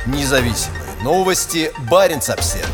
Независимые новости. Баренц-Обсервер.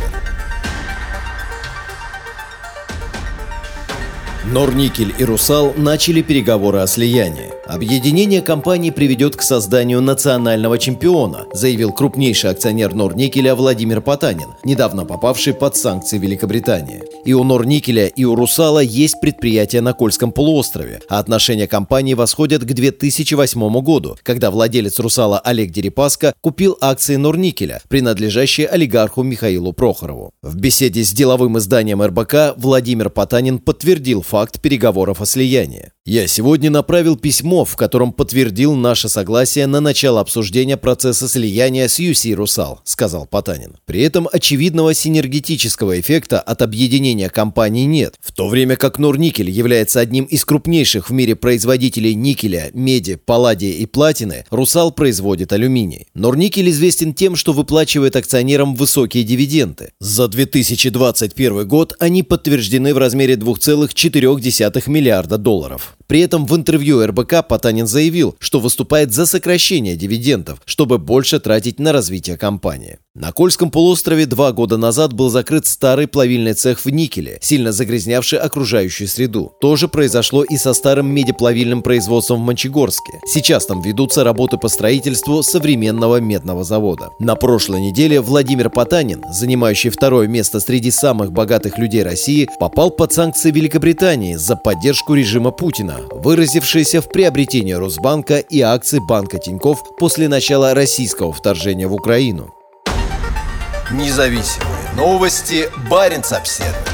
Норникель и «Русал» начали переговоры о слиянии. Объединение компаний приведет к созданию национального чемпиона, заявил крупнейший акционер Норникеля Владимир Потанин, недавно попавший под санкции Великобритании. И у Норникеля, и у «Русала» есть предприятия на Кольском полуострове, а отношения компании восходят к 2008 году, когда владелец «Русала» Олег Дерипаска купил акции Норникеля, принадлежащие олигарху Михаилу Прохорову. В беседе с деловым изданием РБК Владимир Потанин подтвердил факт переговоров о слиянии. «Я сегодня направил письмо, в котором подтвердил наше согласие на начало обсуждения процесса слияния с UC «Русал», — сказал Потанин. При этом очевидного синергетического эффекта от объединения компаний нет, в то время как Норникель является одним из крупнейших в мире производителей никеля, меди, палладия и платины, «Русал» производит алюминий. Норникель известен тем, что выплачивает акционерам высокие дивиденды. За 2021 год они подтверждены в размере 2,4 миллиарда долларов. При этом в интервью РБК Потанин заявил, что выступает за сокращение дивидендов, чтобы больше тратить на развитие компании. На Кольском полуострове 2 года назад был закрыт старый плавильный цех в никеле, сильно загрязнявший окружающую среду. То же произошло и со старым медиплавильным производством в Мончегорске. Сейчас там ведутся работы по строительству современного медного завода. На прошлой неделе Владимир Потанин, занимающий 2-е место среди самых богатых людей России, попал под санкции Великобритании за поддержку режима Путина, выразившиеся в приобретении Росбанка и акций банка Тинькофф после начала российского вторжения в Украину. Независимые новости. Баренц-Обсервер.